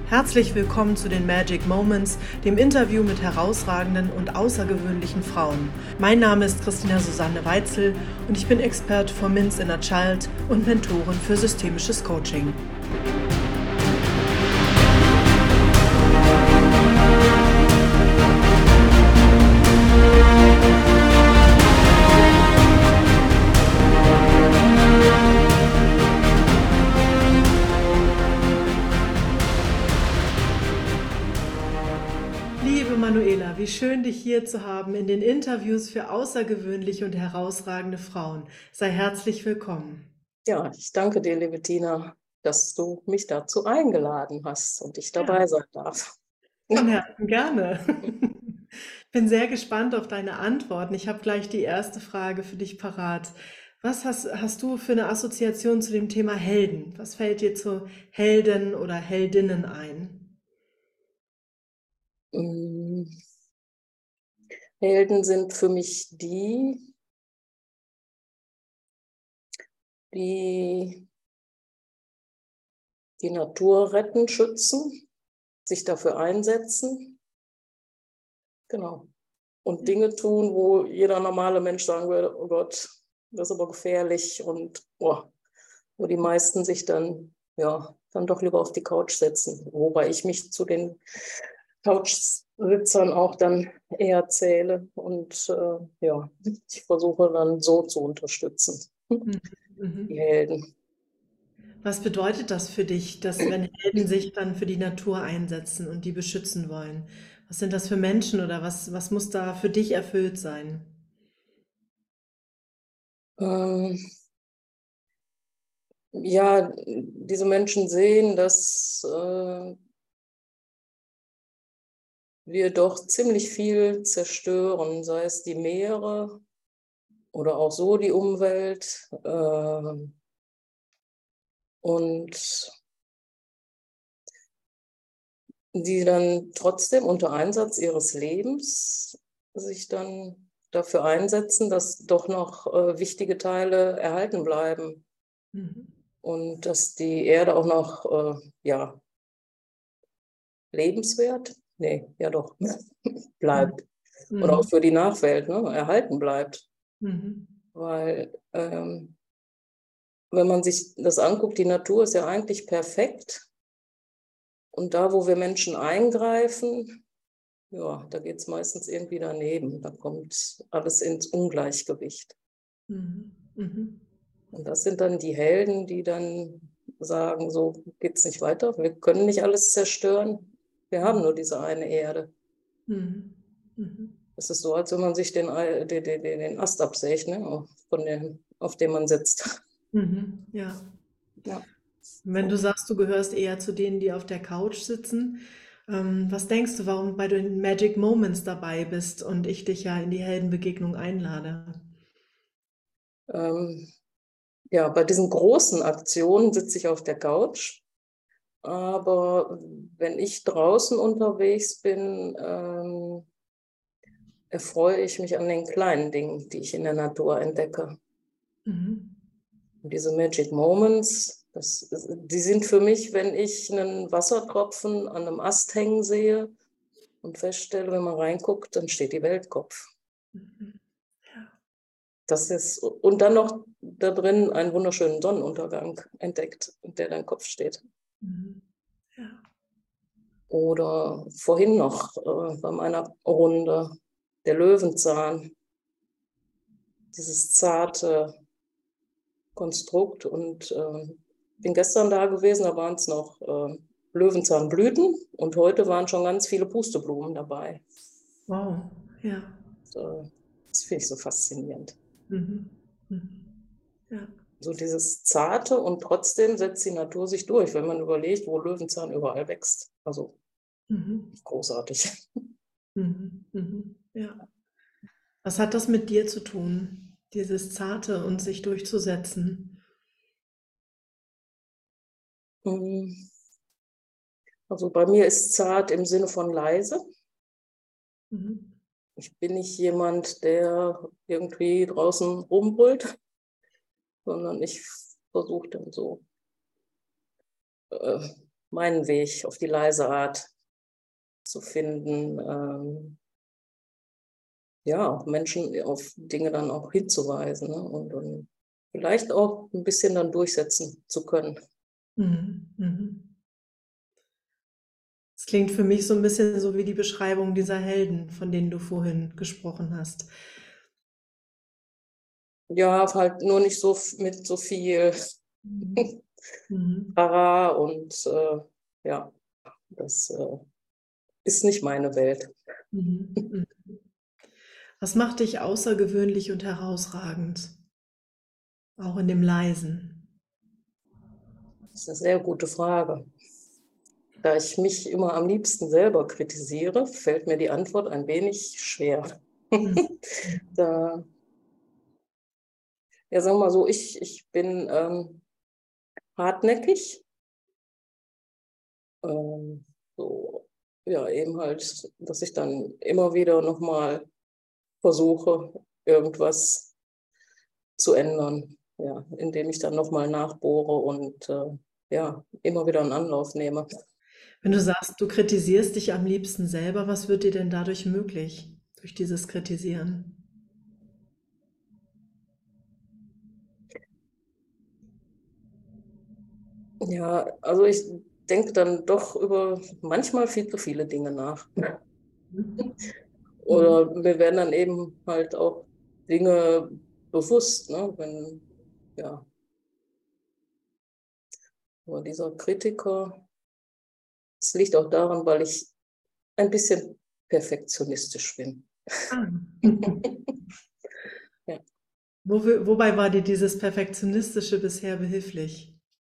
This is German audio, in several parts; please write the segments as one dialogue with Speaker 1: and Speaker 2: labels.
Speaker 1: Herzlich willkommen zu den Magic Moments, dem Interview mit herausragenden und außergewöhnlichen Frauen. Mein Name ist Christina Susanne Weitzel und ich bin Expert for Min's Inner Child und Mentorin für systemisches Coaching. Liebe Manuela, wie schön, dich hier zu haben in den Interviews für außergewöhnliche und herausragende Frauen. Sei herzlich willkommen.
Speaker 2: Ja, ich danke dir, liebe Tina, dass du mich dazu eingeladen hast und ich
Speaker 1: Ja,
Speaker 2: dabei sein darf.
Speaker 1: von Herzen gerne. Ich bin sehr gespannt auf deine Antworten. Ich habe gleich die erste Frage für dich parat. Was hast du für eine Assoziation zu dem Thema Helden? Was fällt dir zu Helden oder Heldinnen ein?
Speaker 2: Mm, Helden sind für mich die die Natur retten, schützen, sich dafür einsetzen, genau. Und Dinge tun, wo jeder normale Mensch sagen würde, oh Gott, das ist aber gefährlich und wo die meisten sich dann doch lieber auf die Couch setzen. Wobei ich mich zu den Couchsitzern auch dann eher zähle und ich versuche dann so zu unterstützen,
Speaker 1: Mhm.
Speaker 2: die
Speaker 1: Mhm.
Speaker 2: Helden.
Speaker 1: Was bedeutet das für dich, dass wenn Helden sich dann für die Natur einsetzen und die beschützen wollen? Was sind das für Menschen oder was muss da für dich erfüllt sein?
Speaker 2: Ähm, ja, diese Menschen sehen, dass wir doch ziemlich viel zerstören, sei es die Meere oder auch so die Umwelt. Und die dann trotzdem unter Einsatz ihres Lebens sich dann dafür einsetzen, dass doch noch wichtige Teile erhalten bleiben
Speaker 1: Mhm.
Speaker 2: und dass die Erde auch noch lebenswert, nee, ja doch,
Speaker 1: Mhm.
Speaker 2: bleibt. Und auch
Speaker 1: Mhm.
Speaker 2: für die Nachwelt, ne, erhalten bleibt.
Speaker 1: Mhm.
Speaker 2: Weil wenn man sich das anguckt, die Natur ist ja eigentlich perfekt. Und da, wo wir Menschen eingreifen, ja, da geht es meistens irgendwie daneben. Da kommt alles ins Ungleichgewicht.
Speaker 1: Mhm. Mhm.
Speaker 2: Und das sind dann die Helden, die dann sagen, so geht es nicht weiter. Wir können nicht alles zerstören. Wir haben nur diese eine Erde.
Speaker 1: Mhm. Mhm.
Speaker 2: Es ist so, als wenn man sich den Ast absägt, ne, auf dem man sitzt.
Speaker 1: Mhm. Ja.
Speaker 2: Ja.
Speaker 1: Wenn du sagst, du gehörst eher zu denen, die auf der Couch sitzen, was denkst du, warum bei den Magic Moments dabei bist und ich dich ja in die Heldenbegegnung einlade?
Speaker 2: Ähm, ja, bei diesen großen Aktionen sitze ich auf der Couch. Aber wenn ich draußen unterwegs bin, erfreue ich mich an den kleinen Dingen, die ich in der Natur entdecke.
Speaker 1: Mhm.
Speaker 2: Und diese Magic Moments, die sind für mich, wenn ich einen Wassertropfen an einem Ast hängen sehe und feststelle, wenn man reinguckt, dann steht die Welt Kopf.
Speaker 1: Mhm. Ja.
Speaker 2: Und dann noch da drin einen wunderschönen Sonnenuntergang entdeckt, der dein Kopf steht.
Speaker 1: Mhm. Ja.
Speaker 2: Oder vorhin noch bei meiner Runde der Löwenzahn, dieses zarte Konstrukt. Und bin gestern da gewesen, da waren es noch Löwenzahnblüten und heute waren schon ganz viele Pusteblumen dabei.
Speaker 1: Wow. Ja.
Speaker 2: Das finde ich so faszinierend.
Speaker 1: Mhm. Mhm. Ja.
Speaker 2: So dieses Zarte und trotzdem setzt die Natur sich durch, wenn man überlegt, wo Löwenzahn überall wächst. Also
Speaker 1: Mhm.
Speaker 2: großartig.
Speaker 1: Mhm. Mhm. Ja. Was hat das mit dir zu tun, dieses Zarte und sich durchzusetzen?
Speaker 2: Also bei mir ist zart im Sinne von leise.
Speaker 1: Mhm.
Speaker 2: Ich bin nicht jemand, der irgendwie draußen rumbrüllt, sondern ich versuche dann so meinen Weg auf die leise Art zu finden, ja, auch Menschen auf Dinge dann auch hinzuweisen, ne? Und vielleicht auch ein bisschen dann durchsetzen zu können.
Speaker 1: Mhm. Mhm. Es klingt für mich so ein bisschen so wie die Beschreibung dieser Helden, von denen du vorhin gesprochen hast.
Speaker 2: Ja, halt nur nicht so mit so viel
Speaker 1: Mhm. Mhm.
Speaker 2: Trara und ja, das ist nicht meine Welt.
Speaker 1: Mhm. Mhm. Was macht dich außergewöhnlich und herausragend, auch in dem Leisen?
Speaker 2: Das ist eine sehr gute Frage. Da ich mich immer am liebsten selber kritisiere, fällt mir die Antwort ein wenig schwer.
Speaker 1: Mhm.
Speaker 2: Da, ja, sagen wir mal so, ich bin hartnäckig. Ähm, so, ja, eben halt, dass ich dann immer wieder nochmal versuche, irgendwas zu ändern, ja, indem ich dann nochmal nachbohre und ja, immer wieder einen Anlauf nehme.
Speaker 1: Wenn du sagst, du kritisierst dich am liebsten selber, was wird dir denn dadurch möglich, durch dieses Kritisieren?
Speaker 2: Ja, also ich denke dann doch über manchmal viel zu viele Dinge nach.
Speaker 1: Mhm. Mhm.
Speaker 2: Oder mir werden dann eben halt auch Dinge bewusst, ne? Wenn, ja, aber dieser Kritiker, es liegt auch daran, weil ich ein bisschen perfektionistisch bin.
Speaker 1: Ah.
Speaker 2: Ja.
Speaker 1: Wobei war dir dieses Perfektionistische bisher behilflich?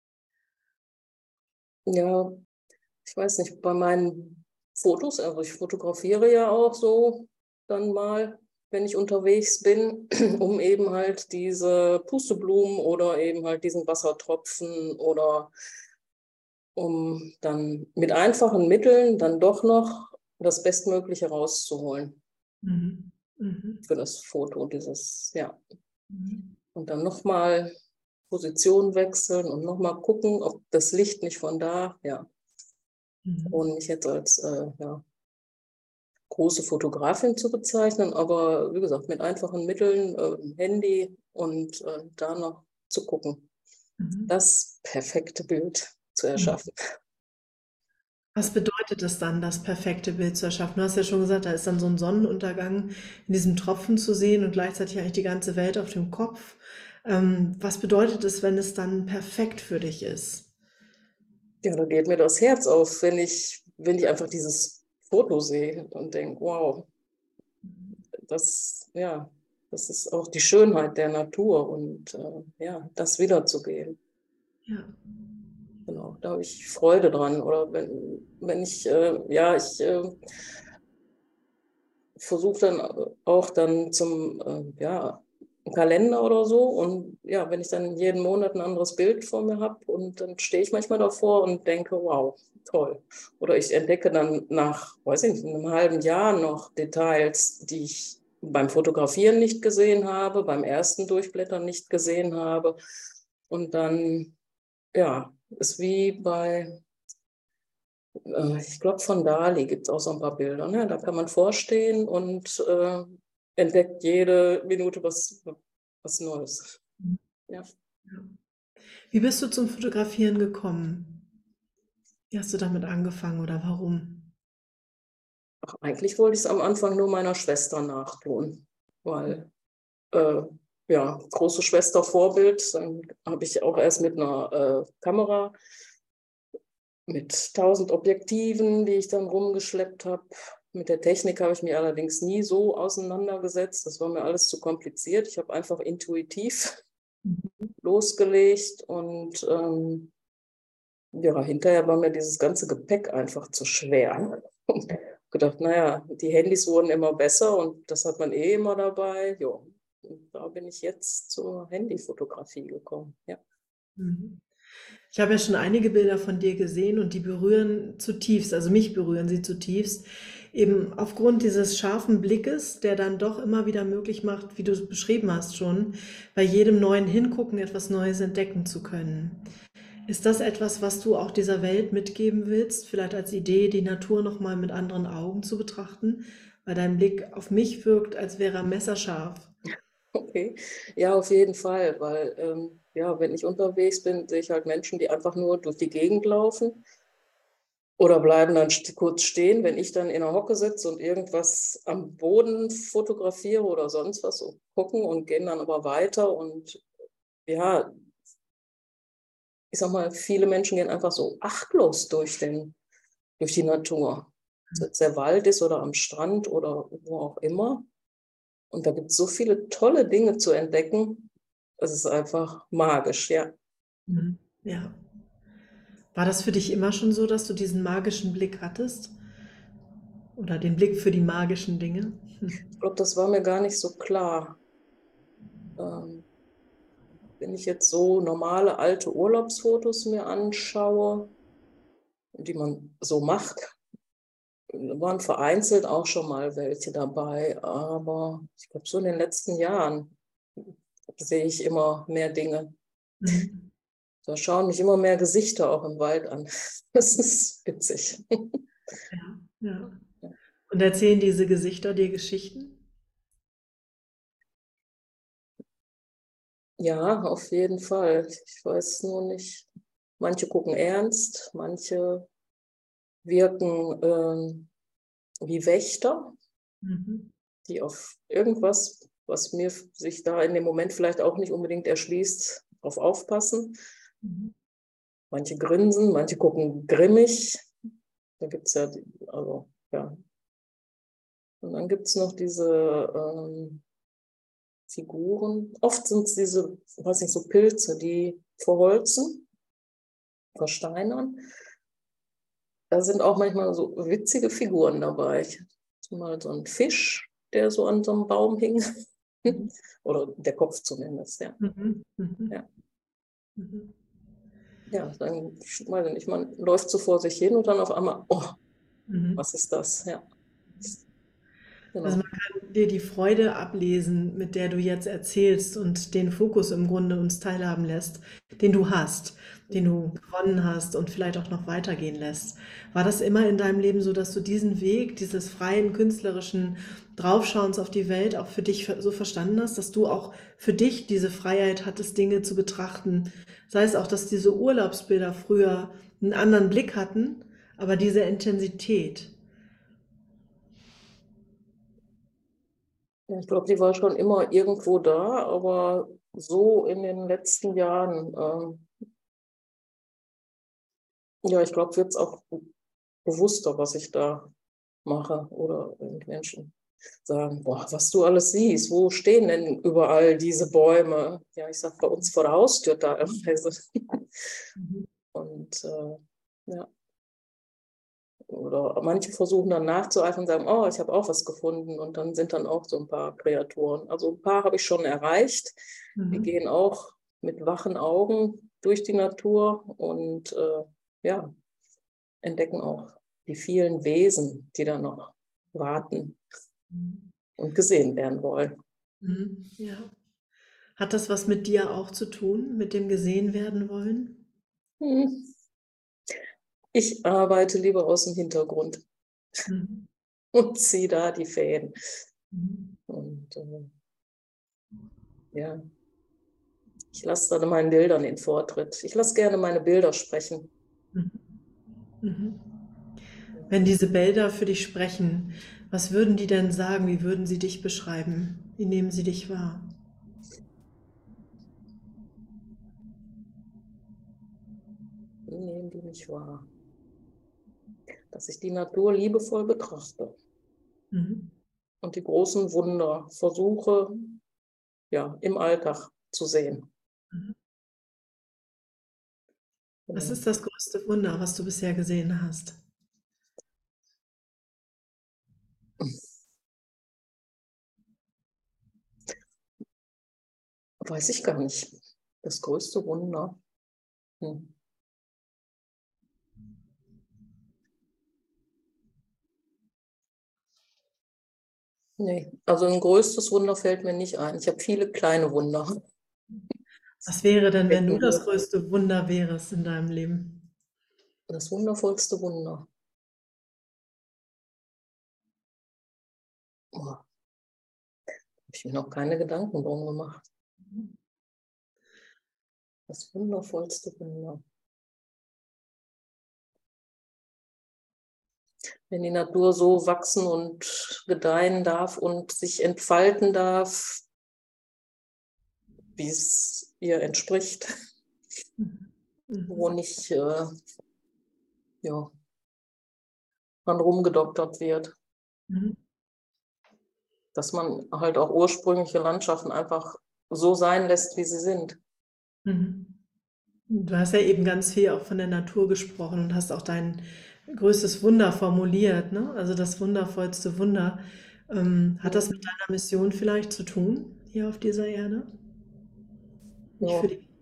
Speaker 2: Ja, ich weiß nicht, bei meinen Fotos, also ich fotografiere ja auch so dann mal, wenn ich unterwegs bin, um eben halt diese Pusteblumen oder eben halt diesen Wassertropfen oder um dann mit einfachen Mitteln dann doch noch das Bestmögliche rauszuholen
Speaker 1: Mhm. Mhm.
Speaker 2: für das Foto, dieses, ja.
Speaker 1: Mhm.
Speaker 2: Und dann nochmal Position wechseln und nochmal gucken, ob das Licht nicht von da, ja,
Speaker 1: Mhm.
Speaker 2: ohne mich jetzt als ja, große Fotografin zu bezeichnen, aber wie gesagt, mit einfachen Mitteln, Handy und da noch zu gucken,
Speaker 1: Mhm.
Speaker 2: das perfekte Bild zu
Speaker 1: Mhm.
Speaker 2: erschaffen.
Speaker 1: Was bedeutet es dann, das perfekte Bild zu erschaffen? Du hast ja schon gesagt, da ist dann so ein Sonnenuntergang in diesem Tropfen zu sehen und gleichzeitig eigentlich die ganze Welt auf dem Kopf. Was bedeutet es, wenn es dann perfekt für dich ist?
Speaker 2: Ja, da geht mir das Herz auf, wenn ich einfach dieses Foto sehe und denke, wow, das, ja, das ist auch die Schönheit der Natur und ja, das wiederzugeben.
Speaker 1: Ja.
Speaker 2: Genau, da habe ich Freude dran. Oder wenn ich, ja, ich versuche dann auch dann zum, ja, Kalender oder so. Und ja, wenn ich dann jeden Monat ein anderes Bild vor mir habe und dann stehe ich manchmal davor und denke, wow, toll. Oder ich entdecke dann nach, weiß ich nicht, einem halben Jahr noch Details, die ich beim Fotografieren nicht gesehen habe, beim ersten Durchblättern nicht gesehen habe. Und dann, ja, ist wie bei ich glaube, von Dali gibt es auch so ein paar Bilder, ne? Da kann man vorstehen und entdeckt jede Minute was Neues. Ja.
Speaker 1: Ja. Wie bist du zum Fotografieren gekommen? Wie hast du damit angefangen oder warum?
Speaker 2: Ach, eigentlich wollte ich es am Anfang nur meiner Schwester nachtun, weil äh, ja, große Schwester Vorbild. Dann habe ich auch erst mit einer Kamera mit 1000 Objektiven, die ich dann rumgeschleppt habe. Mit der Technik habe ich mich allerdings nie so auseinandergesetzt. Das war mir alles zu kompliziert. Ich habe einfach intuitiv losgelegt und ja, hinterher war mir dieses ganze Gepäck einfach zu schwer. Und gedacht, naja, die Handys wurden immer besser und das hat man eh immer dabei. Jo. Und da bin ich jetzt zur Handyfotografie gekommen. Ja.
Speaker 1: Mhm. Ich habe ja schon einige Bilder von dir gesehen und die berühren zutiefst, also mich berühren sie zutiefst, eben aufgrund dieses scharfen Blickes, der dann doch immer wieder möglich macht, wie du es beschrieben hast schon, bei jedem neuen Hingucken etwas Neues entdecken zu können. Ist das etwas, was du auch dieser Welt mitgeben willst, vielleicht als Idee, die Natur noch mal mit anderen Augen zu betrachten? Weil dein Blick auf mich wirkt, als wäre er messerscharf.
Speaker 2: Okay, ja, auf jeden Fall, weil ja, wenn ich unterwegs bin, sehe ich halt Menschen, die einfach nur durch die Gegend laufen oder bleiben dann kurz stehen, wenn ich dann in der Hocke sitze und irgendwas am Boden fotografiere oder sonst was und gucken und gehen dann aber weiter. Und ja, ich sag mal, viele Menschen gehen einfach so achtlos durch die Natur. Ob es jetzt der Wald ist oder am Strand oder wo auch immer. Und da gibt es so viele tolle Dinge zu entdecken. Es ist einfach magisch, ja.
Speaker 1: Mhm. Ja. War das für dich immer schon so, dass du diesen magischen Blick hattest? Oder den Blick für die magischen Dinge?
Speaker 2: Ich glaube, das war mir gar nicht so klar. Ähm, Wenn ich jetzt so normale alte Urlaubsfotos mir anschaue, die man so macht, waren vereinzelt auch schon mal welche dabei. Aber ich glaube, so in den letzten Jahren sehe ich immer mehr Dinge.
Speaker 1: Mhm.
Speaker 2: Da schauen mich immer mehr Gesichter auch im Wald an. Das ist witzig.
Speaker 1: Ja, ja. Und erzählen diese Gesichter dir Geschichten?
Speaker 2: Ja, auf jeden Fall. Ich weiß nur nicht. Manche gucken ernst, manche wirken wie Wächter,
Speaker 1: Mhm.
Speaker 2: die auf irgendwas, was mir sich da in dem Moment vielleicht auch nicht unbedingt erschließt, drauf aufpassen.
Speaker 1: Mhm.
Speaker 2: Manche grinsen, manche gucken grimmig. Da gibt es ja, also ja. Und dann gibt es noch diese Figuren. Oft sind es diese, weiß nicht, so Pilze, die verholzen, versteinern. Da sind auch manchmal so witzige Figuren dabei. Ich hatte mal so einen Fisch, der so an so einem Baum hing.
Speaker 1: Mhm.
Speaker 2: Oder der Kopf zumindest, ja.
Speaker 1: Mhm. Mhm.
Speaker 2: Ja,
Speaker 1: Mhm.
Speaker 2: ja, dann, ich weiß nicht, man läuft so vor sich hin und dann auf einmal, oh,
Speaker 1: Mhm.
Speaker 2: was ist das? Ja,
Speaker 1: Also man
Speaker 2: genau.
Speaker 1: kann dir die Freude ablesen, mit der du jetzt erzählst und den Fokus im Grunde uns teilhaben lässt, den du hast, den du gewonnen hast und vielleicht auch noch weitergehen lässt. War das immer in deinem Leben so, dass du diesen Weg, dieses freien, künstlerischen Draufschauens auf die Welt auch für dich so verstanden hast, dass du auch für dich diese Freiheit hattest, Dinge zu betrachten? Sei es auch, dass diese Urlaubsbilder früher einen anderen Blick hatten, aber diese Intensität.
Speaker 2: Ja, ich glaube, die war schon immer irgendwo da, aber so in den letzten Jahren, ja, ich glaube, wird es auch bewusster, was ich da mache oder Menschen sagen, boah, was du alles siehst, wo stehen denn überall diese Bäume? Ja, ich sag bei uns vor der Haustür teilweise.
Speaker 1: Mhm.
Speaker 2: Und ja, oder manche versuchen dann nachzueifern und sagen, oh, ich habe auch was gefunden. Und dann sind dann auch so ein paar Kreaturen. Also ein paar habe ich schon erreicht. Die
Speaker 1: Mhm.
Speaker 2: gehen auch mit wachen Augen durch die Natur und ja, entdecken auch die vielen Wesen, die da noch warten
Speaker 1: Mhm.
Speaker 2: und gesehen werden wollen.
Speaker 1: Mhm. Ja. Hat das was mit dir auch zu tun, mit dem gesehen werden wollen?
Speaker 2: Hm. Ich arbeite lieber aus dem Hintergrund
Speaker 1: Mhm.
Speaker 2: und ziehe da die Fäden.
Speaker 1: Mhm.
Speaker 2: Und ja, ich lasse dann meinen Bildern den Vortritt. Ich lasse gerne meine Bilder sprechen.
Speaker 1: Mhm. Mhm. Wenn diese Bilder für dich sprechen, was würden die denn sagen? Wie würden sie dich beschreiben? Wie nehmen sie dich wahr?
Speaker 2: Wie nehmen die mich wahr? Dass ich die Natur liebevoll betrachte
Speaker 1: Mhm.
Speaker 2: und die großen Wunder versuche, ja, im Alltag zu sehen.
Speaker 1: Mhm. Was
Speaker 2: Genau.
Speaker 1: ist das größte Wunder, was du bisher gesehen hast?
Speaker 2: Weiß ich gar nicht. Das größte Wunder. Hm. Nee, also ein größtes Wunder fällt mir nicht ein. Ich habe viele kleine Wunder.
Speaker 1: Was wäre denn, wenn du
Speaker 2: Becken
Speaker 1: das
Speaker 2: wird.
Speaker 1: größte Wunder wärest in deinem Leben?
Speaker 2: Das wundervollste Wunder. Boah, habe ich mir noch keine Gedanken drum gemacht. Das wundervollste Wunder. Wenn die Natur so wachsen und gedeihen darf und sich entfalten darf, wie es ihr entspricht,
Speaker 1: Mhm.
Speaker 2: wo
Speaker 1: Mhm.
Speaker 2: nicht ja, dran rumgedoktert wird.
Speaker 1: Mhm.
Speaker 2: Dass man halt auch ursprüngliche Landschaften einfach so sein lässt, wie sie sind.
Speaker 1: Mhm. Du hast ja eben ganz viel auch von der Natur gesprochen und hast auch dein größtes Wunder formuliert, ne? Also das wundervollste Wunder. Hat das mit
Speaker 2: Mhm.
Speaker 1: deiner Mission vielleicht zu tun, hier auf dieser Erde? Nicht für
Speaker 2: Ja,
Speaker 1: die.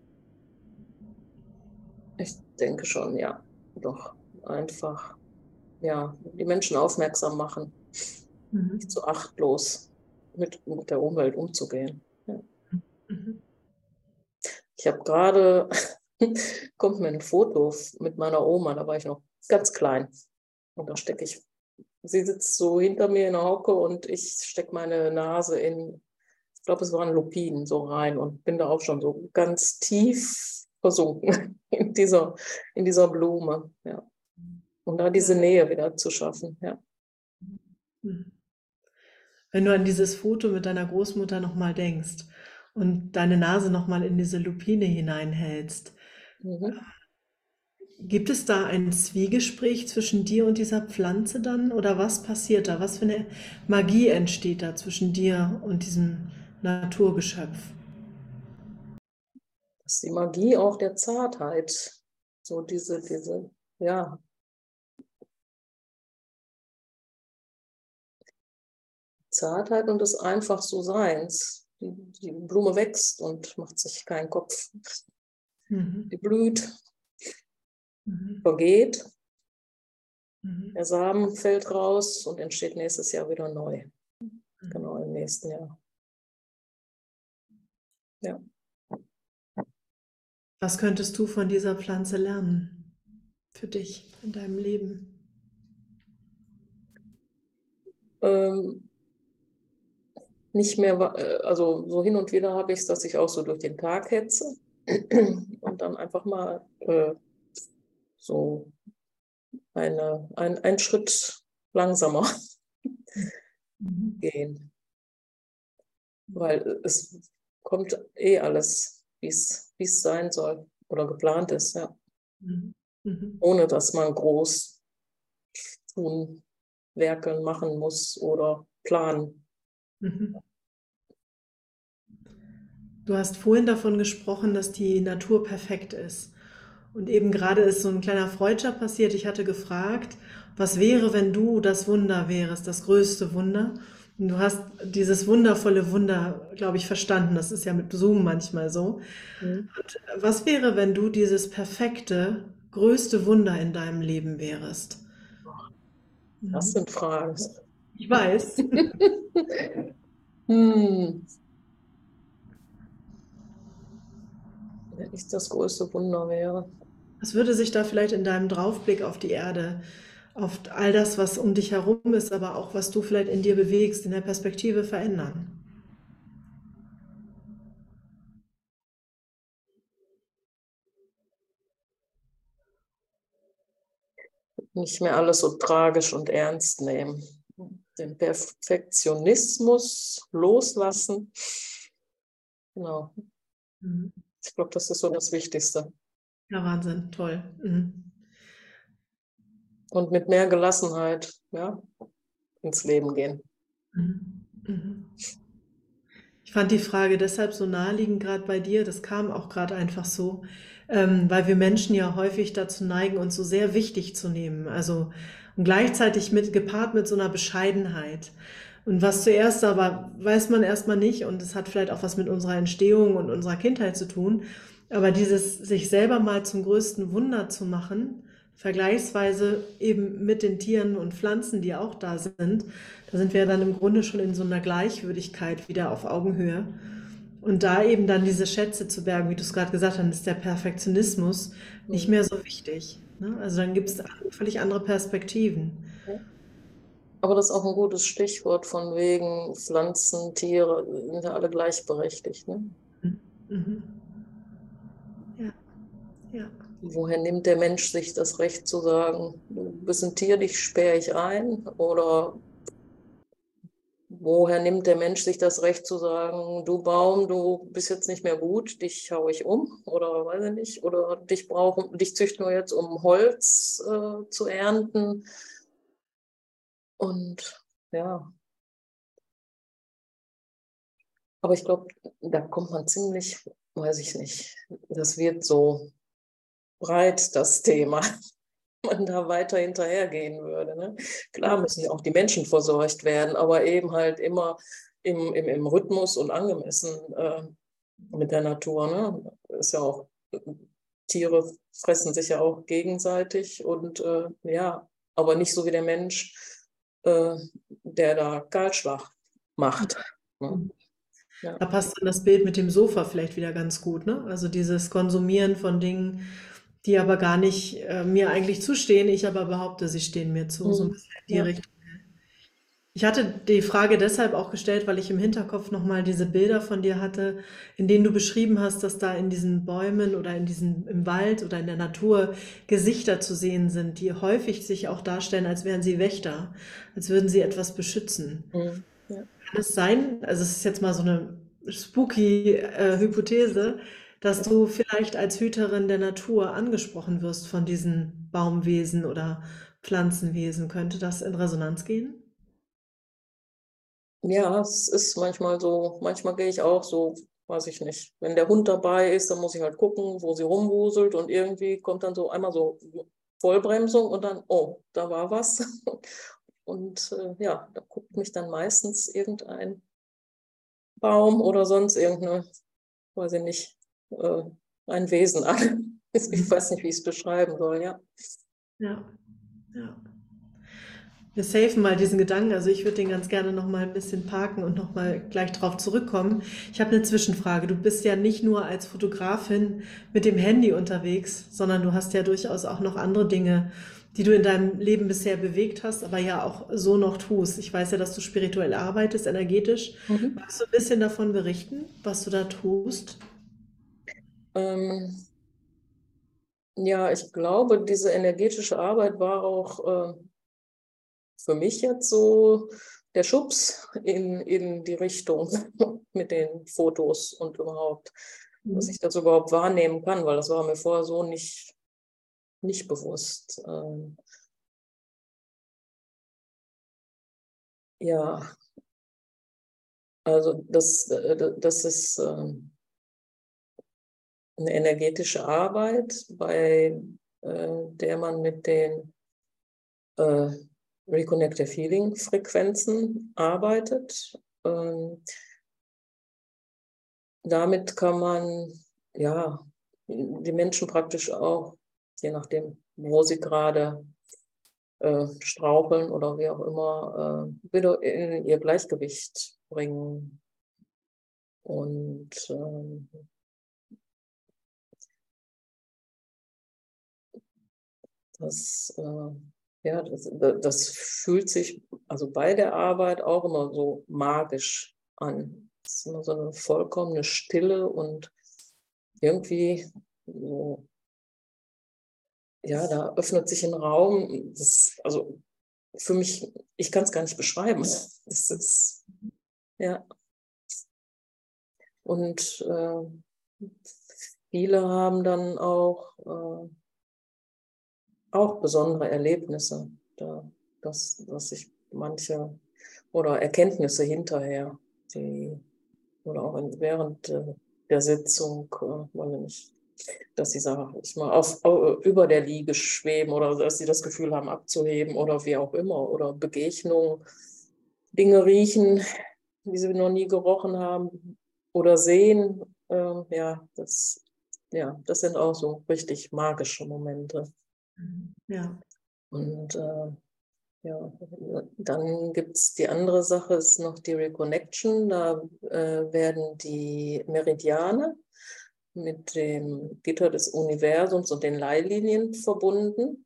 Speaker 2: ich denke schon, ja. Doch, einfach, ja, die Menschen aufmerksam machen, nicht
Speaker 1: Mhm.
Speaker 2: so achtlos mit der Umwelt umzugehen. Ja.
Speaker 1: Mhm.
Speaker 2: Ich habe gerade, kommt mir ein Foto mit meiner Oma, da war ich noch ganz klein. Und da stecke ich, sie sitzt so hinter mir in der Hocke und ich stecke meine Nase in, ich glaube, es waren Lupinen so rein und bin da auch schon so ganz tief versunken in dieser Blume. Ja. Und da diese
Speaker 1: Ja.
Speaker 2: Nähe wieder zu schaffen. Ja.
Speaker 1: Mhm. Wenn du an dieses Foto mit deiner Großmutter nochmal denkst und deine Nase nochmal in diese Lupine hineinhältst,
Speaker 2: Mhm.
Speaker 1: gibt es da ein Zwiegespräch zwischen dir und dieser Pflanze dann? Oder was passiert da? Was für eine Magie entsteht da zwischen dir und diesem Naturgeschöpf?
Speaker 2: Das ist die Magie auch der Zartheit. So ja, Zartheit und des einfach so Seins. Die Blume wächst und macht sich keinen Kopf.
Speaker 1: Mhm.
Speaker 2: Die blüht,
Speaker 1: Mhm.
Speaker 2: vergeht,
Speaker 1: Mhm.
Speaker 2: der Samen fällt raus und entsteht nächstes Jahr wieder neu.
Speaker 1: Mhm.
Speaker 2: Genau, im nächsten Jahr. Ja.
Speaker 1: Was könntest du von dieser Pflanze lernen für dich in deinem Leben?
Speaker 2: Ähm, nicht mehr, also so hin und wieder habe ich es, dass ich auch so durch den Tag hetze und dann einfach mal so ein Schritt langsamer
Speaker 1: Mhm.
Speaker 2: gehen, weil es kommt eh alles, wie es sein soll oder geplant ist, ja.
Speaker 1: Mhm. Mhm.
Speaker 2: Ohne dass man groß tun, werkeln, machen muss oder planen.
Speaker 1: Mhm. Du hast vorhin davon gesprochen, dass die Natur perfekt ist. Und eben gerade ist so ein kleiner Freudscher passiert. Ich hatte gefragt, was wäre, wenn du das Wunder wärst, das größte Wunder? Und du hast dieses wundervolle Wunder, glaube ich, verstanden. Das ist ja mit Zoom manchmal so.
Speaker 2: Mhm.
Speaker 1: Und was wäre, wenn du dieses perfekte, größte Wunder in deinem Leben wärst?
Speaker 2: Das
Speaker 1: Mhm.
Speaker 2: sind Fragen.
Speaker 1: Ich weiß.
Speaker 2: Hm, wenn ich das größte Wunder wäre.
Speaker 1: Was würde sich da vielleicht in deinem Draufblick auf die Erde, auf all das, was um dich herum ist, aber auch was du vielleicht in dir bewegst, in der Perspektive verändern?
Speaker 2: Nicht mehr alles so tragisch und ernst nehmen. Den Perfektionismus loslassen. Genau.
Speaker 1: Mhm.
Speaker 2: Ich glaube, das ist so das Wichtigste.
Speaker 1: Ja, Wahnsinn, toll. Mhm.
Speaker 2: Und mit mehr Gelassenheit, ja, ins Leben gehen.
Speaker 1: Mhm. Mhm. Ich fand die Frage deshalb so naheliegend gerade bei dir, das kam auch gerade einfach so, weil wir Menschen ja häufig dazu neigen, uns so sehr wichtig zu nehmen. Also und gleichzeitig gepaart mit so einer Bescheidenheit. Und was zuerst aber weiß man erstmal nicht und es hat vielleicht auch was mit unserer Entstehung und unserer Kindheit zu tun. Aber dieses sich selber mal zum größten Wunder zu machen, vergleichsweise eben mit den Tieren und Pflanzen, die auch da sind wir dann im Grunde schon in so einer Gleichwürdigkeit wieder auf Augenhöhe. Und da eben dann diese Schätze zu bergen, wie du es gerade gesagt hast, ist der Perfektionismus nicht
Speaker 2: Mhm.
Speaker 1: mehr so wichtig. Ne? Also dann gibt es völlig andere Perspektiven.
Speaker 2: Ja. Aber das ist auch ein gutes Stichwort von wegen Pflanzen, Tiere, sind ja alle gleichberechtigt. Ne?
Speaker 1: Mhm. Ja, ja.
Speaker 2: Woher nimmt der Mensch sich das Recht zu sagen, du bist ein Tier, dich sperre ich ein? Oder woher nimmt der Mensch sich das Recht zu sagen, du Baum, du bist jetzt nicht mehr gut, dich haue ich um? Oder weiß ich nicht, oder dich züchten wir jetzt, um Holz zu ernten. Und ja, aber ich glaube, da kommt man ziemlich, weiß ich nicht, das wird so breit, das Thema, man da weiter hinterhergehen würde. Ne? Klar müssen ja auch die Menschen versorgt werden, aber eben halt immer im Rhythmus und angemessen mit der Natur. Ne? Ist ja auch, Tiere fressen sich ja auch gegenseitig und ja, aber nicht so wie der Mensch, äh, der da Kahlschlag macht. Ne? Ja.
Speaker 1: Da passt dann das Bild mit dem Sofa vielleicht wieder ganz gut, ne? Also dieses Konsumieren von Dingen, die aber gar nicht mir eigentlich zustehen, ich aber behaupte, sie stehen mir zu, so ein
Speaker 2: Mhm.
Speaker 1: bisschen in die
Speaker 2: Ja.
Speaker 1: Richtung. Ich hatte die Frage deshalb auch gestellt, weil ich im Hinterkopf nochmal diese Bilder von dir hatte, in denen du beschrieben hast, dass da in diesen Bäumen oder im Wald oder in der Natur Gesichter zu sehen sind, die häufig sich auch darstellen, als wären sie Wächter, als würden sie etwas beschützen.
Speaker 2: Mhm. Ja.
Speaker 1: Kann es sein, also es ist jetzt mal so eine spooky Hypothese, dass du vielleicht als Hüterin der Natur angesprochen wirst von diesen Baumwesen oder Pflanzenwesen? Könnte das in Resonanz gehen?
Speaker 2: Ja, es ist manchmal so, manchmal gehe ich auch so, weiß ich nicht. Wenn der Hund dabei ist, dann muss ich halt gucken, wo sie rumwuselt und irgendwie kommt dann so einmal so Vollbremsung und dann, oh, da war was. Und ja, da guckt mich dann meistens irgendein Baum oder sonst irgendeine, weiß ich nicht, äh, ein Wesen an. Ich
Speaker 1: Mhm.
Speaker 2: weiß nicht, wie ich es beschreiben soll, ja.
Speaker 1: Ja, ja. Wir safen mal diesen Gedanken. Also ich würde den ganz gerne noch mal ein bisschen parken und noch mal gleich drauf zurückkommen. Ich habe eine Zwischenfrage. Du bist ja nicht nur als Fotografin mit dem Handy unterwegs, sondern du hast ja durchaus auch noch andere Dinge, die du in deinem Leben bisher bewegt hast, aber ja auch so noch tust. Ich weiß ja, dass du spirituell arbeitest, energetisch.
Speaker 2: Mhm.
Speaker 1: Magst du ein bisschen davon berichten, was du da tust?
Speaker 2: Ähm, ja, ich glaube, diese energetische Arbeit war auch für mich jetzt so der Schubs in die Richtung mit den Fotos und überhaupt, dass
Speaker 1: Mhm.
Speaker 2: ich das überhaupt wahrnehmen kann, weil das war mir vorher so nicht bewusst. Ja, also das ist eine energetische Arbeit, bei der man mit den äh, Reconnective Healing Frequenzen arbeitet. Ähm, Damit kann man, ja, die Menschen praktisch auch, je nachdem, wo sie gerade straucheln oder wie auch immer, wieder in ihr Gleichgewicht bringen. Und das, ja, das fühlt sich also bei der Arbeit auch immer so magisch an. Es ist immer so eine vollkommene Stille und irgendwie so, ja, da öffnet sich ein Raum. Also für mich, ich kann es gar nicht beschreiben. Das ist, ja, und viele haben dann auch besondere Erlebnisse, dass sich manche oder Erkenntnisse hinterher, die, oder auch während der Sitzung, weiß ich nicht, dass sie, sag ich mal, über der Liege schweben oder dass sie das Gefühl haben, abzuheben oder wie auch immer. Oder Begegnungen, Dinge riechen, die sie noch nie gerochen haben oder sehen. Ja, das sind auch so richtig magische Momente.
Speaker 1: Ja.
Speaker 2: Und Ja, dann gibt es die andere Sache, ist noch die Reconnection. Da werden die Meridiane mit dem Gitter des Universums und den Leitlinien verbunden.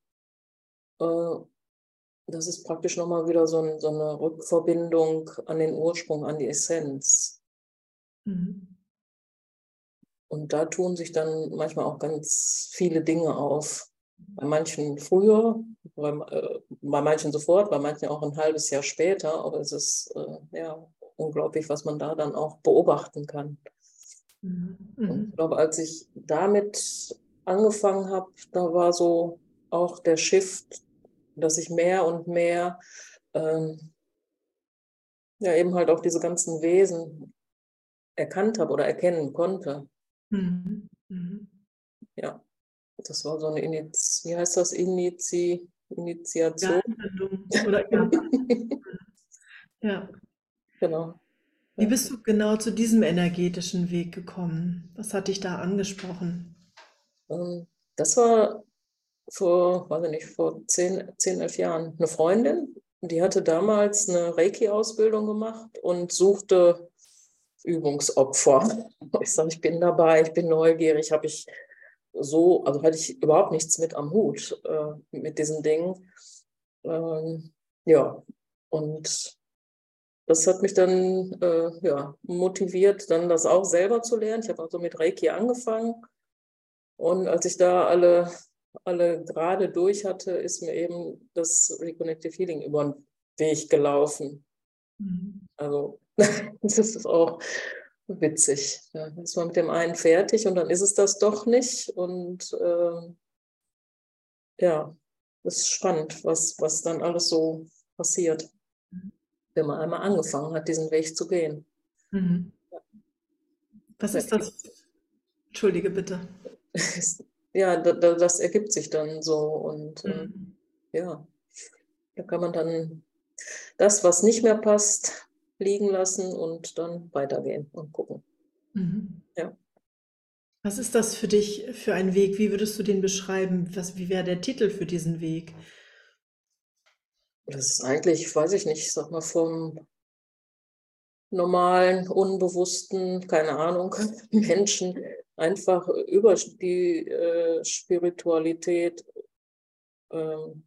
Speaker 2: Das ist praktisch nochmal wieder so eine Rückverbindung an den Ursprung, an die Essenz.
Speaker 1: Mhm.
Speaker 2: Und da tun sich dann manchmal auch ganz viele Dinge auf. Bei manchen früher, bei manchen sofort, bei manchen auch ein halbes Jahr später. Aber es ist ja unglaublich, was man da dann auch beobachten kann.
Speaker 1: Mhm.
Speaker 2: Und ich
Speaker 1: Mhm.
Speaker 2: glaube, als ich damit angefangen habe, da war so auch der Shift, dass ich mehr und mehr ja eben halt auch diese ganzen Wesen erkannt habe oder erkennen konnte.
Speaker 1: Mhm. Mhm.
Speaker 2: Ja, das war so eine wie heißt das,
Speaker 1: Ja,
Speaker 2: Initiation?
Speaker 1: Anwendung oder ja, ja.
Speaker 2: Genau.
Speaker 1: Wie
Speaker 2: Ja.
Speaker 1: bist du genau zu diesem energetischen Weg gekommen? Was hat dich da angesprochen?
Speaker 2: Das war vor, weiß ich nicht, vor 11 Jahren eine Freundin, die hatte damals eine Reiki-Ausbildung gemacht und suchte Übungsopfer. Ich sage, ich bin dabei, ich bin neugierig, also hatte ich überhaupt nichts mit am Hut mit diesen Dingen. Ja, und das hat mich dann ja, motiviert, dann das auch selber zu lernen. Ich habe also mit Reiki angefangen und als ich da alle gerade durch hatte, ist mir eben das Reconnective Healing über den Weg gelaufen.
Speaker 1: Mhm.
Speaker 2: Also das ist auch witzig. Ja, ist man mit dem einen fertig und dann ist es das doch nicht. Und ja, das ist spannend, was dann alles so passiert, wenn man einmal angefangen hat, diesen Weg zu gehen.
Speaker 1: Mhm. Was
Speaker 2: Ja,
Speaker 1: ist das? Entschuldige bitte.
Speaker 2: ja, das ergibt sich dann so. Und
Speaker 1: Mhm.
Speaker 2: ja, da kann man dann das, was nicht mehr passt, liegen lassen und dann weitergehen und gucken.
Speaker 1: Mhm.
Speaker 2: Ja,
Speaker 1: Was ist das für dich für ein Weg? Wie würdest du den beschreiben? Wie wäre der Titel für diesen Weg?
Speaker 2: das ist eigentlich, weiß ich nicht, ich sag mal, vom normalen, unbewussten, keine Ahnung, Menschen einfach über die Spiritualität ähm,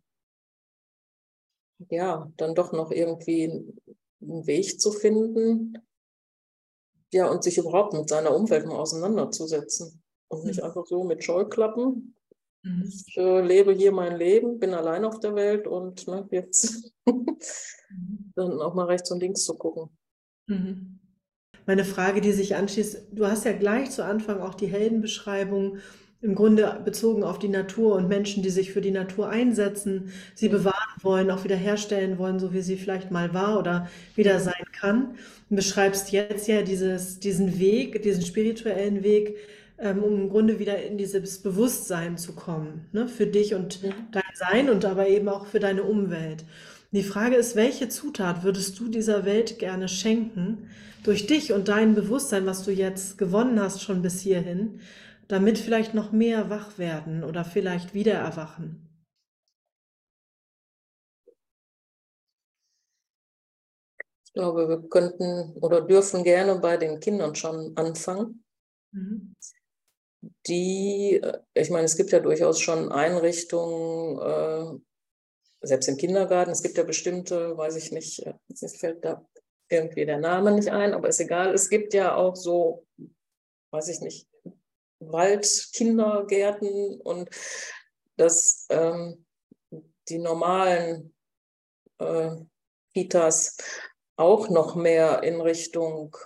Speaker 2: ja, dann doch noch irgendwie einen Weg zu finden, ja, und sich überhaupt mit seiner Umwelt mal auseinanderzusetzen und nicht
Speaker 1: Mhm.
Speaker 2: einfach so mit Scheuklappen.
Speaker 1: Mhm.
Speaker 2: Ich lebe hier mein Leben, bin allein auf der Welt und ne, jetzt
Speaker 1: Mhm.
Speaker 2: dann auch mal rechts und links zu gucken.
Speaker 1: Mhm. Meine Frage, die sich anschließt, du hast ja gleich zu Anfang auch die Heldenbeschreibung im Grunde bezogen auf die Natur und Menschen, die sich für die Natur einsetzen, sie
Speaker 2: Mhm.
Speaker 1: bewahren wollen, auch wiederherstellen wollen, so wie sie vielleicht mal war oder wieder
Speaker 2: Mhm.
Speaker 1: sein kann. Und beschreibst jetzt ja diesen Weg, diesen spirituellen Weg, um im Grunde wieder in dieses Bewusstsein zu kommen, ne, für dich und
Speaker 2: Mhm.
Speaker 1: dein Sein und aber eben auch für deine Umwelt. Die Frage ist, welche Zutat würdest du dieser Welt gerne schenken, durch dich und dein Bewusstsein, was du jetzt gewonnen hast schon bis hierhin, damit vielleicht noch mehr wach werden oder vielleicht wieder erwachen?
Speaker 2: Ich glaube, wir könnten oder dürfen gerne bei den Kindern schon anfangen.
Speaker 1: Mhm.
Speaker 2: Ich meine, es gibt ja durchaus schon Einrichtungen, selbst im Kindergarten, es gibt ja bestimmte, weiß ich nicht, jetzt fällt da irgendwie der Name nicht ein, aber ist egal. Es gibt ja auch so, weiß ich nicht, Waldkindergärten und dass die normalen äh, Kitas auch noch mehr in Richtung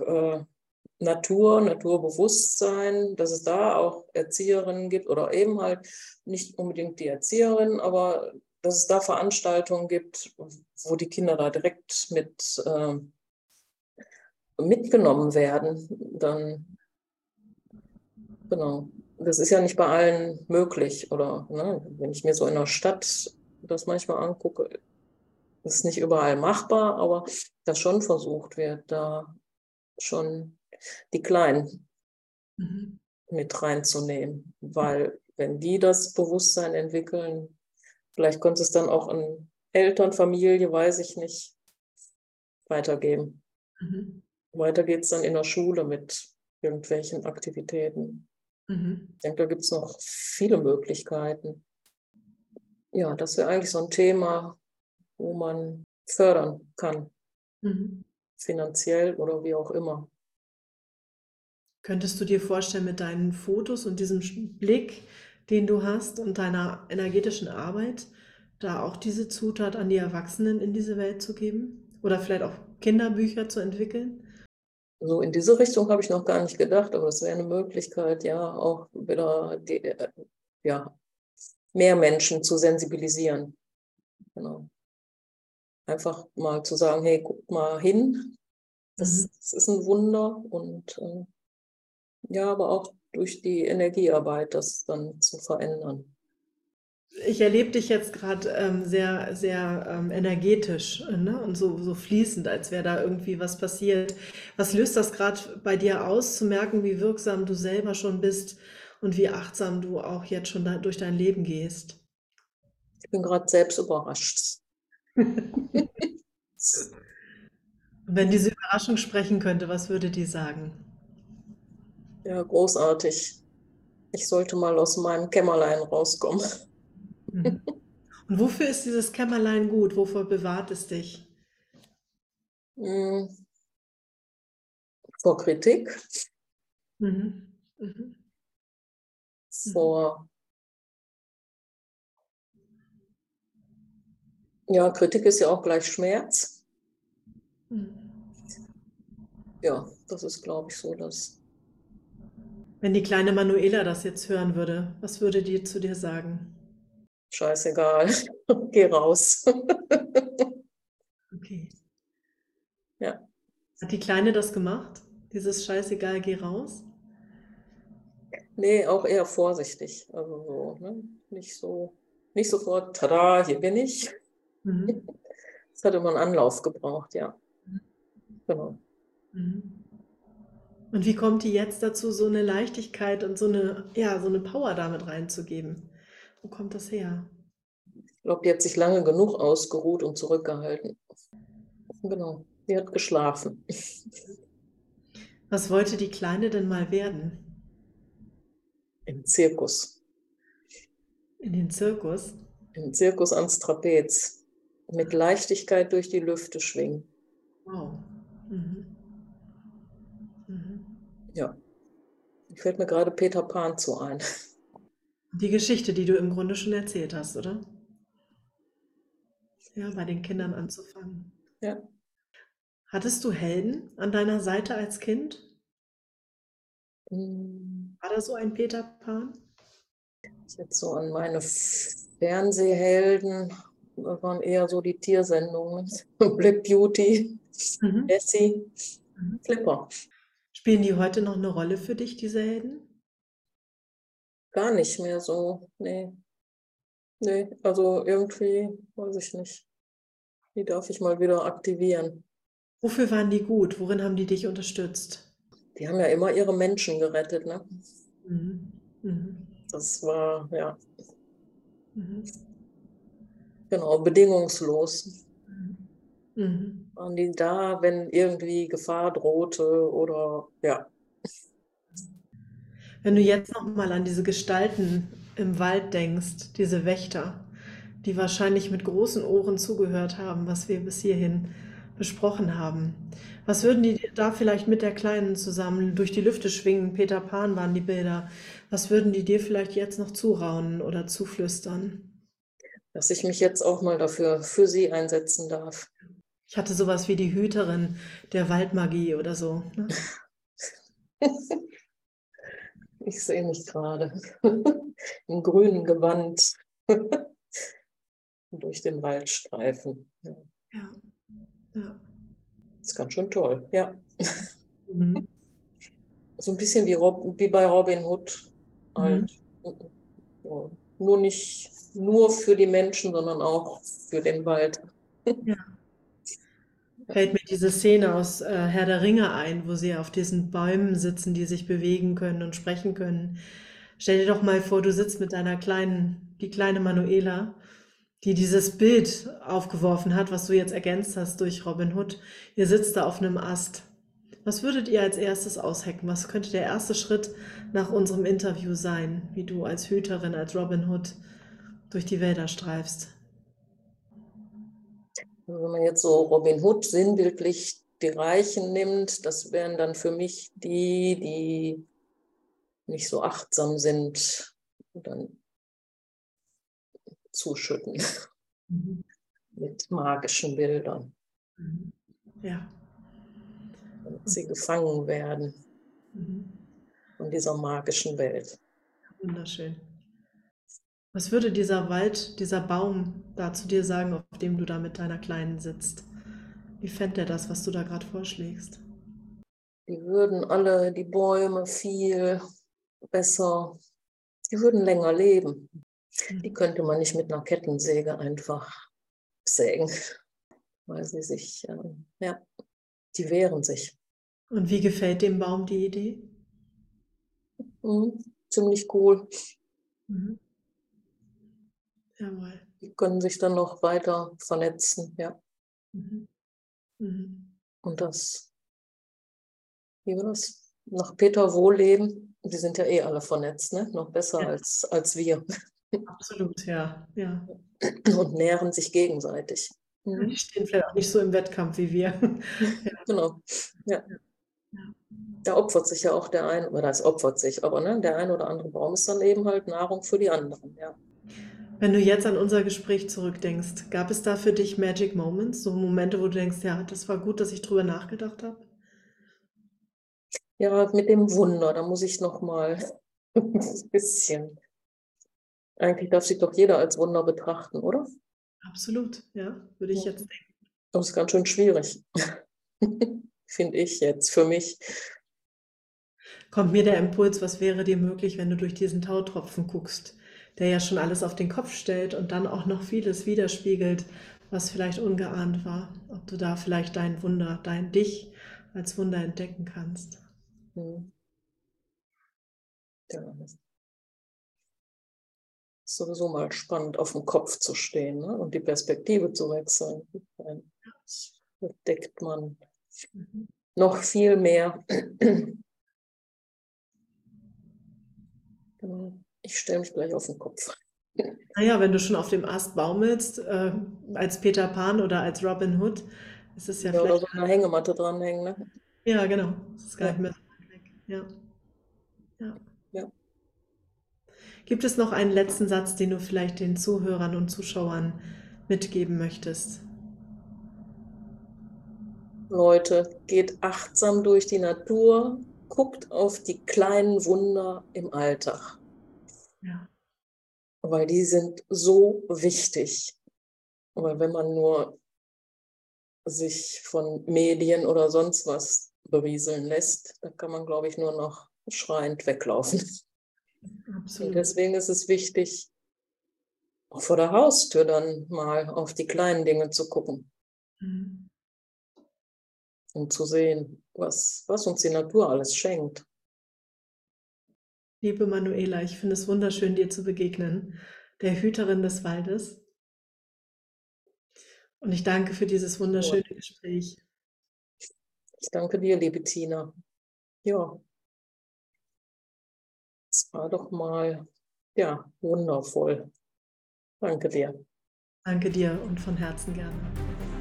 Speaker 2: Naturbewusstsein, dass es da auch Erzieherinnen gibt oder eben halt nicht unbedingt die Erzieherinnen, aber dass es da Veranstaltungen gibt, wo die Kinder da direkt mitgenommen werden. Dann, genau. Das ist ja nicht bei allen möglich. Oder ne, wenn ich mir so in der Stadt das manchmal angucke, ist es nicht überall machbar, aber dass schon versucht wird, da schon die Kleinen
Speaker 1: Mhm.
Speaker 2: mit reinzunehmen. Weil wenn die das Bewusstsein entwickeln, vielleicht könnte es dann auch Eltern, Familie, weiß ich nicht, weitergeben.
Speaker 1: Mhm.
Speaker 2: Weiter geht es dann in der Schule mit irgendwelchen Aktivitäten.
Speaker 1: Mhm.
Speaker 2: Ich denke, da gibt es noch viele Möglichkeiten. Ja, das wäre eigentlich so ein Thema, wo man fördern kann,
Speaker 1: Mhm.
Speaker 2: finanziell oder wie auch immer.
Speaker 1: Könntest du dir vorstellen, mit deinen Fotos und diesem Blick, den du hast und deiner energetischen Arbeit, da auch diese Zutat an die Erwachsenen in diese Welt zu geben? Oder vielleicht auch Kinderbücher zu entwickeln?
Speaker 2: So in diese Richtung habe ich noch gar nicht gedacht, aber das wäre eine Möglichkeit, ja, auch wieder ja, mehr Menschen zu sensibilisieren. Genau. Einfach mal zu sagen, hey, guck mal hin,
Speaker 1: Mhm.
Speaker 2: das ist ein Wunder und ja, aber auch durch die Energiearbeit das dann zu verändern.
Speaker 1: Ich erlebe dich jetzt gerade sehr, sehr energetisch, ne? Und so fließend, als wäre da irgendwie was passiert. Was löst das gerade bei dir aus, zu merken, wie wirksam du selber schon bist und wie achtsam du auch jetzt schon durch dein Leben gehst?
Speaker 2: Ich bin gerade selbst überrascht.
Speaker 1: Wenn diese Überraschung sprechen könnte, was würde die sagen?
Speaker 2: Ja, großartig. Ich sollte mal aus meinem Kämmerlein rauskommen.
Speaker 1: Mhm. Und wofür ist dieses Kämmerlein gut? Wofür bewahrt es dich?
Speaker 2: Hm, vor Kritik,
Speaker 1: Mhm. Mhm. Mhm.
Speaker 2: vor, ja, Kritik ist ja auch gleich Schmerz.
Speaker 1: Mhm.
Speaker 2: Ja, das ist, glaube ich, so das.
Speaker 1: Wenn die kleine Manuela das jetzt hören würde, was würde die zu dir sagen?
Speaker 2: Scheißegal, geh raus.
Speaker 1: Okay.
Speaker 2: Ja,
Speaker 1: Hat die Kleine das gemacht? Dieses Scheißegal, geh raus?
Speaker 2: nee, auch eher vorsichtig. Also so, ne? Nicht sofort, tada, hier bin ich.
Speaker 1: Mhm.
Speaker 2: Es hat immer einen Anlauf gebraucht, ja, genau.
Speaker 1: Mhm. Und wie kommt die jetzt dazu, so eine Leichtigkeit und so eine, ja, so eine Power damit reinzugeben? Wo kommt das her?
Speaker 2: Ich glaube, die hat sich lange genug ausgeruht und zurückgehalten. Genau, die hat geschlafen.
Speaker 1: Was wollte die Kleine denn mal werden?
Speaker 2: Im Zirkus.
Speaker 1: In den Zirkus?
Speaker 2: Im Zirkus ans Trapez. Mit Leichtigkeit durch die Lüfte schwingen.
Speaker 1: Wow. Mhm. Mhm.
Speaker 2: Ja, fällt mir gerade Peter Pan zu ein.
Speaker 1: Die Geschichte, die du im Grunde schon erzählt hast, oder? Ja, bei den Kindern anzufangen.
Speaker 2: Ja,
Speaker 1: Hattest du Helden an deiner Seite als Kind?
Speaker 2: hm,
Speaker 1: War da so ein Peter Pan?
Speaker 2: jetzt so an meine Fernsehhelden, das waren eher so die Tiersendungen. Black Beauty,
Speaker 1: Mhm.
Speaker 2: Lassie,
Speaker 1: Mhm.
Speaker 2: Flipper.
Speaker 1: Spielen die heute noch eine Rolle für dich, diese Helden?
Speaker 2: Gar nicht mehr so. Nee, nee, also irgendwie, weiß ich nicht. Die darf ich mal wieder aktivieren.
Speaker 1: Wofür waren die gut? Worin haben die dich unterstützt?
Speaker 2: Die haben ja immer ihre Menschen gerettet, ne?
Speaker 1: Mhm. Mhm.
Speaker 2: Das war, ja,
Speaker 1: Mhm.
Speaker 2: genau, bedingungslos.
Speaker 1: Mhm.
Speaker 2: Waren die da, wenn irgendwie Gefahr drohte oder, ja.
Speaker 1: Wenn du jetzt noch mal an diese Gestalten im Wald denkst, diese Wächter, die wahrscheinlich mit großen Ohren zugehört haben, was wir bis hierhin besprochen haben. Was würden die da vielleicht mit der Kleinen zusammen durch die Lüfte schwingen? Peter Pan waren die Bilder. Was würden die dir vielleicht jetzt noch zuraunen oder zuflüstern?
Speaker 2: Dass ich mich jetzt auch mal dafür, für sie einsetzen darf.
Speaker 1: Ich hatte sowas wie die Hüterin der Waldmagie oder so. Ne?
Speaker 2: Ich sehe mich gerade im grünen Gewand durch den Waldstreifen. Ja,
Speaker 1: Ja, ja.
Speaker 2: ist ganz schön toll, ja.
Speaker 1: Mhm.
Speaker 2: So ein bisschen wie bei Robin Hood
Speaker 1: Mhm.
Speaker 2: halt. Ja, nur nicht nur für die Menschen, sondern auch für den Wald.
Speaker 1: Ja. Fällt mir diese Szene aus Herr der Ringe ein, wo sie auf diesen Bäumen sitzen, die sich bewegen können und sprechen können. Stell dir doch mal vor, du sitzt mit deiner kleinen, die kleine Manuela die dieses Bild aufgeworfen hat, was du jetzt ergänzt hast durch Robin Hood. Ihr sitzt da auf einem Ast. Was würdet ihr als erstes aushecken? Was könnte der erste Schritt nach unserem Interview sein, wie du als Hüterin, als Robin Hood durch die Wälder streifst?
Speaker 2: Also wenn man jetzt so Robin Hood sinnbildlich die Reichen nimmt, das wären dann für mich die nicht so achtsam sind und dann zuschütten
Speaker 1: Mhm.
Speaker 2: mit magischen Bildern,
Speaker 1: Mhm. Ja.
Speaker 2: damit sie gefangen werden
Speaker 1: Mhm.
Speaker 2: von dieser magischen Welt.
Speaker 1: Wunderschön. Was würde dieser Wald, dieser Baum da zu dir sagen, auf dem du da mit deiner Kleinen sitzt? Wie fände er das, was du da gerade vorschlägst?
Speaker 2: Die würden alle, die Bäume viel besser, die würden länger leben. Die könnte man nicht mit einer Kettensäge einfach sägen, weil sie sich, ja, die wehren sich.
Speaker 1: Und wie gefällt dem Baum die Idee?
Speaker 2: Ziemlich cool.
Speaker 1: Mhm. Jawohl.
Speaker 2: Die können sich dann noch weiter vernetzen, ja.
Speaker 1: Mhm. Mhm.
Speaker 2: Und das, wie war das? Nach Peter Wohlleben, die sind ja eh alle vernetzt, ne? Noch besser
Speaker 1: Ja,
Speaker 2: als wir.
Speaker 1: absolut, ja. Ja.
Speaker 2: Und nähren sich gegenseitig.
Speaker 1: Ja, die stehen vielleicht auch nicht so im Wettkampf wie wir. Ja,
Speaker 2: Genau. Ja.
Speaker 1: ja.
Speaker 2: Da opfert sich ja auch der ein, oder das opfert sich, aber ne, der ein oder andere Baum ist dann eben halt Nahrung für die anderen, ja.
Speaker 1: Wenn du jetzt an unser Gespräch zurückdenkst, gab es da für dich Magic Moments, so Momente, wo du denkst, ja, das war gut, dass ich drüber nachgedacht habe?
Speaker 2: Ja, mit dem Wunder, da muss ich noch mal ein bisschen. Eigentlich darf sich doch jeder als Wunder betrachten, oder?
Speaker 1: Absolut, ja, würde ich jetzt denken.
Speaker 2: Das ist ganz schön schwierig, finde ich jetzt für mich.
Speaker 1: Kommt mir der Impuls, was wäre dir möglich, wenn du durch diesen Tautropfen guckst, der ja schon alles auf den Kopf stellt und dann auch noch vieles widerspiegelt, was vielleicht ungeahnt war. Ob du da vielleicht dein Wunder, dein Dich als Wunder entdecken kannst.
Speaker 2: Hm. Ja, das ist sowieso mal spannend, auf dem Kopf zu stehen, ne? Und die Perspektive zu wechseln. Das entdeckt man
Speaker 1: Mhm.
Speaker 2: noch viel mehr. Genau. Ich stelle mich gleich auf den Kopf.
Speaker 1: Naja, wenn du schon auf dem Ast baumelst, als Peter Pan oder als Robin Hood, ist es ja
Speaker 2: Ja, oder
Speaker 1: vielleicht,
Speaker 2: so eine Hängematte dranhängen, ne?
Speaker 1: ja, genau, es ist gar
Speaker 2: Ja,
Speaker 1: nicht mehr so weit weg. Ja, ja.
Speaker 2: ja.
Speaker 1: Gibt es noch einen letzten Satz, den du vielleicht den Zuhörern und Zuschauern mitgeben möchtest?
Speaker 2: Leute, geht achtsam durch die Natur, guckt auf die kleinen Wunder im Alltag,
Speaker 1: Ja.
Speaker 2: weil die sind so wichtig. Weil wenn man nur sich von Medien oder sonst was berieseln lässt, dann kann man, glaube ich, nur noch schreiend weglaufen. Und
Speaker 1: Absolut.
Speaker 2: deswegen ist es wichtig, auch vor der Haustür dann mal auf die kleinen Dinge zu gucken
Speaker 1: Mhm.
Speaker 2: und zu sehen, was uns die Natur alles schenkt.
Speaker 1: Liebe Manuela, ich finde es wunderschön, dir zu begegnen, der Hüterin des Waldes. Und ich danke für dieses wunderschöne Gespräch.
Speaker 2: Ich danke dir, liebe Tina. Ja, es war doch mal, ja, wundervoll. Danke dir.
Speaker 1: Danke dir und von Herzen gerne.